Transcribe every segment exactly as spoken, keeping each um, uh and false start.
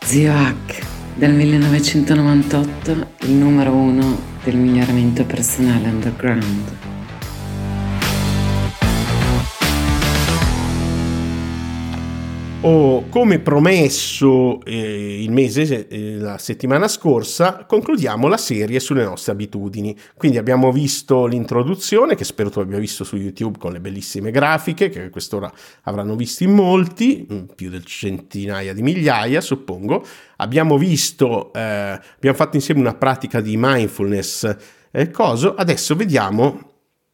Zio Hack, del millenovecentonovantotto, il numero uno del miglioramento personale underground. Oh, come promesso eh, il mese, eh, la settimana scorsa, concludiamo la serie sulle nostre abitudini. Quindi abbiamo visto l'introduzione, che spero tu abbia visto su YouTube con le bellissime grafiche, che a quest'ora avranno visto in molti, più del centinaia di migliaia, suppongo. Abbiamo visto, eh, abbiamo fatto insieme una pratica di mindfulness, eh, coso. Adesso vediamo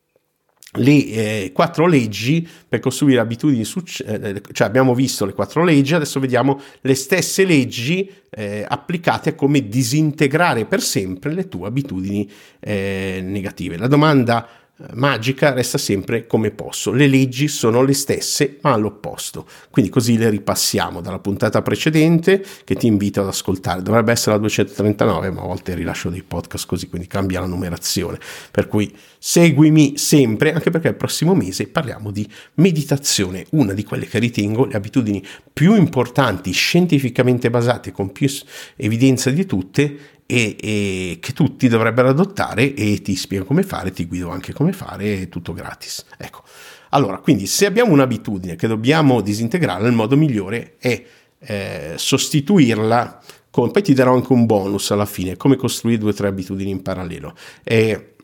le eh, quattro leggi per costruire abitudini, succe- eh, cioè abbiamo visto le quattro leggi, adesso vediamo le stesse leggi eh, applicate a come disintegrare per sempre le tue abitudini eh, negative. La domanda magica resta sempre: come posso? Le leggi sono le stesse ma all'opposto, quindi così le ripassiamo dalla puntata precedente, che ti invito ad ascoltare. Dovrebbe essere la duecentotrentanove, ma a volte rilascio dei podcast così, quindi cambia la numerazione, per cui seguimi sempre, anche perché il prossimo mese parliamo di meditazione, una di quelle che ritengo le abitudini più importanti, scientificamente basate, con più evidenza di tutte, E, e che tutti dovrebbero adottare, e ti spiego come fare, ti guido anche come fare, è tutto gratis. Ecco, allora, quindi se abbiamo un'abitudine che dobbiamo disintegrare, il modo migliore è eh, sostituirla con, poi ti darò anche un bonus alla fine, come costruire due o tre abitudini in parallelo. E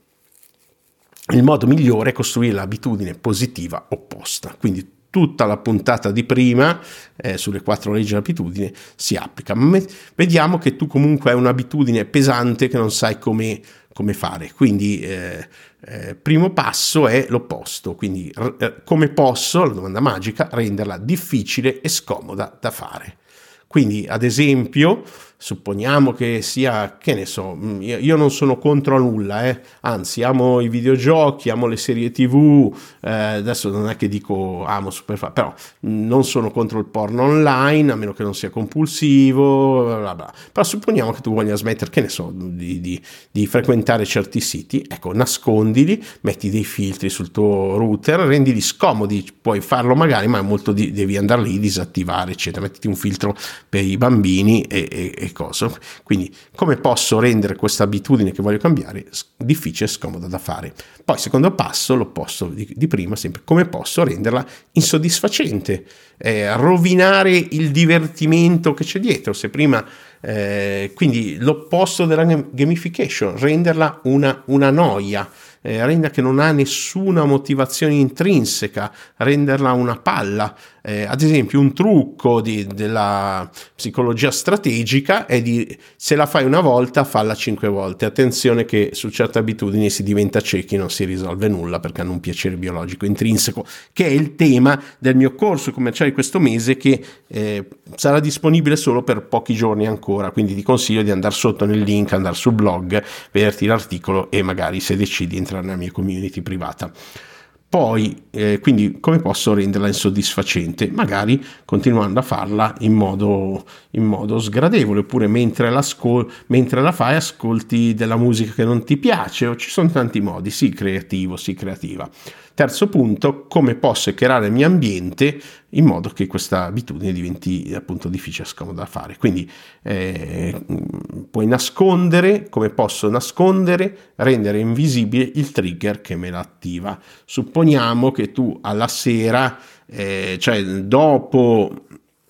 il modo migliore è costruire l'abitudine positiva opposta, quindi tutta la puntata di prima eh, sulle quattro leggi dell'abitudine si applica. Ma vediamo che tu comunque hai un'abitudine pesante che non sai come, come fare, quindi eh, eh, primo passo è l'opposto, quindi eh, come posso, la domanda magica, renderla difficile e scomoda da fare. Quindi ad esempio supponiamo che sia, che ne so, io, io non sono contro nulla, eh, anzi amo i videogiochi, amo le serie tv, eh, adesso non è che dico amo super, però non sono contro il porno online, a meno che non sia compulsivo, bla bla. Però supponiamo che tu voglia smettere, che ne so, di, di, di frequentare certi siti, ecco, nascondili, metti dei filtri sul tuo router, rendili scomodi, puoi farlo magari, ma è molto di, devi andare lì, disattivare, eccetera, mettiti un filtro per i bambini e, e, e cosa. Quindi come posso rendere questa abitudine che voglio cambiare difficile e scomoda da fare? Poi secondo passo, l'opposto di, di prima, sempre come posso renderla insoddisfacente, eh, rovinare il divertimento che c'è dietro. Se prima eh, quindi l'opposto della gamification, renderla una, una noia, eh, renderla che non ha nessuna motivazione intrinseca, renderla una palla. Eh, ad esempio un trucco di, della psicologia strategica è di, se la fai una volta, falla cinque volte. Attenzione che su certe abitudini si diventa ciechi, non si risolve nulla perché hanno un piacere biologico intrinseco, che è il tema del mio corso commerciale di questo mese, che eh, sarà disponibile solo per pochi giorni ancora, quindi ti consiglio di andare sotto nel link, andare sul blog, vederti l'articolo e magari, se decidi, entrare nella mia community privata. Poi, eh, quindi come posso renderla insoddisfacente? Magari continuando a farla in modo, in modo sgradevole, oppure mentre la, scol- mentre la fai ascolti della musica che non ti piace, o ci sono tanti modi, sì creativo, sì creativa. Terzo punto, come posso creare il mio ambiente in modo che questa abitudine diventi appunto difficile e scomoda da fare. Quindi eh, puoi nascondere, come posso nascondere, rendere invisibile il trigger che me la attiva. Supponiamo che tu alla sera, eh, cioè dopo,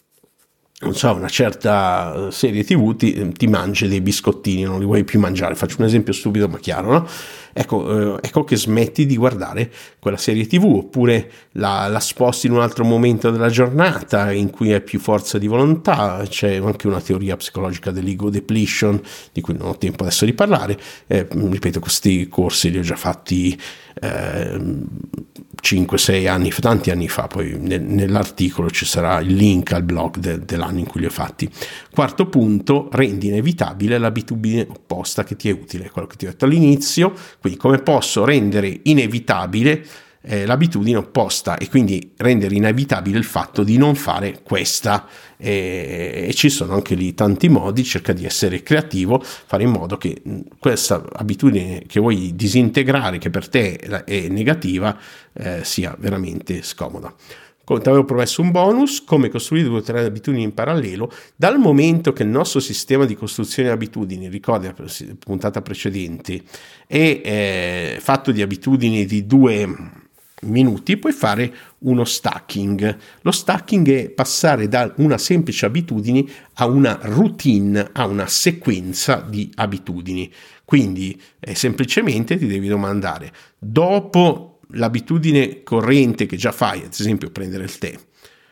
non so, una certa serie tv ti, ti mangi dei biscottini, non li vuoi più mangiare, faccio un esempio stupido ma chiaro, no? Ecco, eh, ecco che smetti di guardare quella serie tv, oppure la, la sposti in un altro momento della giornata in cui hai più forza di volontà. C'è anche una teoria psicologica dell'ego depletion di cui non ho tempo adesso di parlare, eh, ripeto, questi corsi li ho già fatti eh, cinque sei anni fa, tanti anni fa, poi nel, nell'articolo ci sarà il link al blog de, dell'anno in cui li ho fatti. Quarto punto, rendi inevitabile l'abitudine opposta che ti è utile, quello che ti ho detto all'inizio. Quindi come posso rendere inevitabile eh, l'abitudine opposta, e quindi rendere inevitabile il fatto di non fare questa, e, e ci sono anche lì tanti modi. Cerca di essere creativo, fare in modo che questa abitudine che vuoi disintegrare, che per te è negativa, eh, sia veramente scomoda. come ti avevo promesso un bonus, come costruire due o tre abitudini in parallelo. Dal momento che il nostro sistema di costruzione di abitudini, ricordi la puntata precedente, è eh, fatto di abitudini di due minuti, puoi fare uno stacking. Lo stacking è passare da una semplice abitudine a una routine, a una sequenza di abitudini. Quindi eh, semplicemente ti devi domandare, dopo l'abitudine corrente che già fai, ad esempio prendere il tè,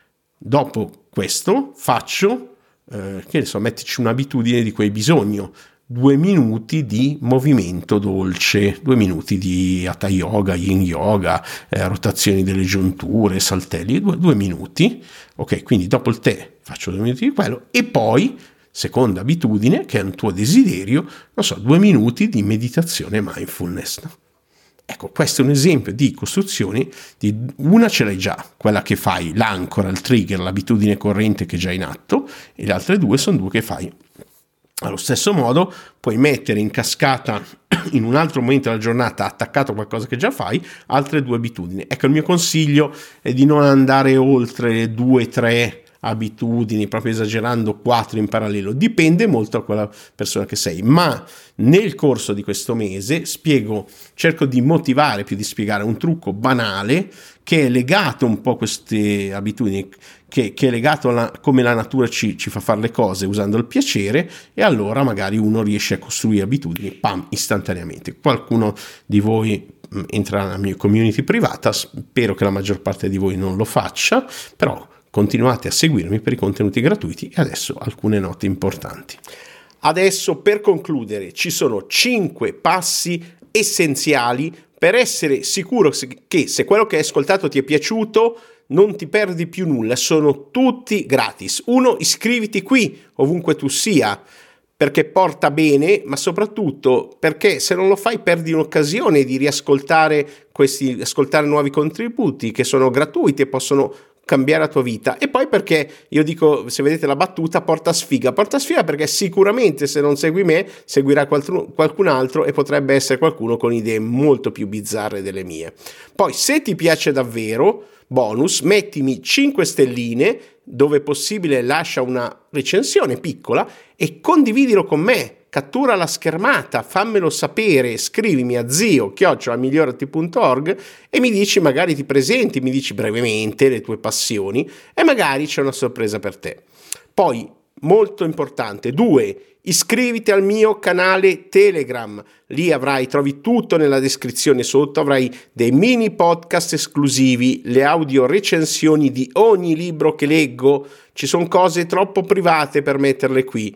dopo questo faccio, eh, che ne so, mettici un'abitudine di cui hai bisogno, due minuti di movimento dolce, due minuti di Hatha Yoga, Yin Yoga, eh, rotazioni delle giunture, saltelli, due, due minuti. Ok, quindi dopo il tè faccio due minuti di quello e poi, seconda abitudine, che è un tuo desiderio, non so, due minuti di meditazione mindfulness. Ecco, questo è un esempio di costruzione di una ce l'hai già, quella che fai, l'ancora, il trigger, l'abitudine corrente che è già in atto, e le altre due sono due che fai. Allo stesso modo puoi mettere in cascata in un altro momento della giornata, attaccato a qualcosa che già fai, altre due abitudini. Ecco, il mio consiglio è di non andare oltre le due, tre abitudini, proprio esagerando quattro in parallelo. Dipende molto da quella persona che sei, ma nel corso di questo mese spiego, cerco di motivare più di spiegare un trucco banale che è legato un po' a queste abitudini, che, che è legato a come la natura ci, ci fa fare le cose usando il piacere, e allora magari uno riesce a costruire abitudini, pam, istantaneamente. Qualcuno di voi entra nella mia community privata, spero che la maggior parte di voi non lo faccia, però continuate a seguirmi per i contenuti gratuiti. E adesso alcune note importanti. Adesso, per concludere, ci sono cinque passi essenziali per essere sicuro che se quello che hai ascoltato ti è piaciuto non ti perdi più nulla. Sono tutti gratis. Uno, iscriviti qui ovunque tu sia, perché porta bene, ma soprattutto perché se non lo fai perdi un'occasione di riascoltare questi, ascoltare nuovi contributi che sono gratuiti e possono cambiare la tua vita. E poi perché io dico, se vedete la battuta, porta sfiga. Porta sfiga perché sicuramente se non segui me, seguirà qualcun altro e potrebbe essere qualcuno con idee molto più bizzarre delle mie. Poi, se ti piace davvero, bonus, mettimi cinque stelline, dove possibile lascia una recensione piccola e condividilo con me. Cattura la schermata, fammelo sapere, scrivimi a zio chiocciola migliorati punto org e mi dici, magari ti presenti, mi dici brevemente le tue passioni e magari c'è una sorpresa per te. Poi, molto importante, due, iscriviti al mio canale Telegram, lì avrai, trovi tutto nella descrizione sotto, avrai dei mini podcast esclusivi, le audio recensioni di ogni libro che leggo, ci sono cose troppo private per metterle qui.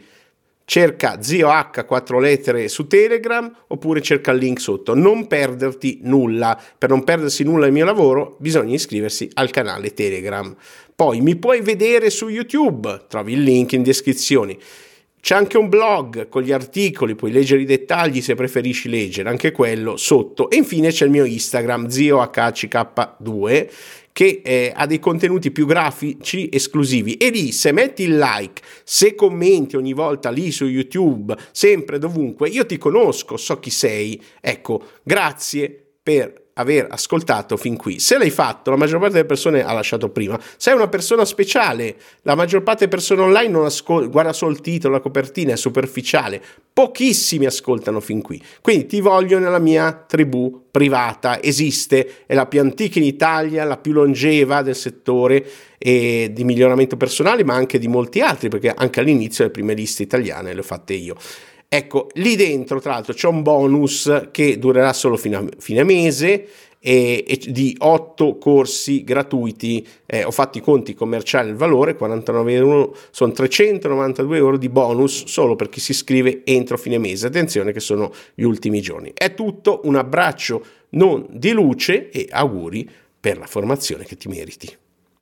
Cerca Zio H quattro lettere su Telegram oppure cerca il link sotto. Non perderti nulla. Per non perdersi nulla del mio lavoro bisogna iscriversi al canale Telegram. Poi mi puoi vedere su YouTube, trovi il link in descrizione. C'è anche un blog con gli articoli, puoi leggere i dettagli se preferisci leggere, anche quello sotto. E infine c'è il mio Instagram, Zio H C K due, che eh, ha dei contenuti più grafici esclusivi, e lì se metti il like, se commenti ogni volta lì su YouTube, sempre dovunque, io ti conosco, so chi sei. Ecco, grazie per aver ascoltato fin qui. Se l'hai fatto, la maggior parte delle persone ha lasciato prima. Sei una persona speciale, la maggior parte delle persone online non ascol- guarda solo il titolo, la copertina, è superficiale. Pochissimi ascoltano fin qui. Quindi ti voglio nella mia tribù privata. Esiste, è la più antica in Italia, la più longeva del settore e di miglioramento personale, ma anche di molti altri, perché anche all'inizio le prime liste italiane le ho fatte io. Ecco, lì dentro tra l'altro c'è un bonus che durerà solo fino a fine mese e, e di otto corsi gratuiti. Eh, ho fatto i conti commerciali, il valore quarantanove euro, sono trecentonovantadue euro di bonus solo per chi si iscrive entro fine mese. Attenzione che sono gli ultimi giorni. È tutto, un abbraccio non di luce e auguri per la formazione che ti meriti.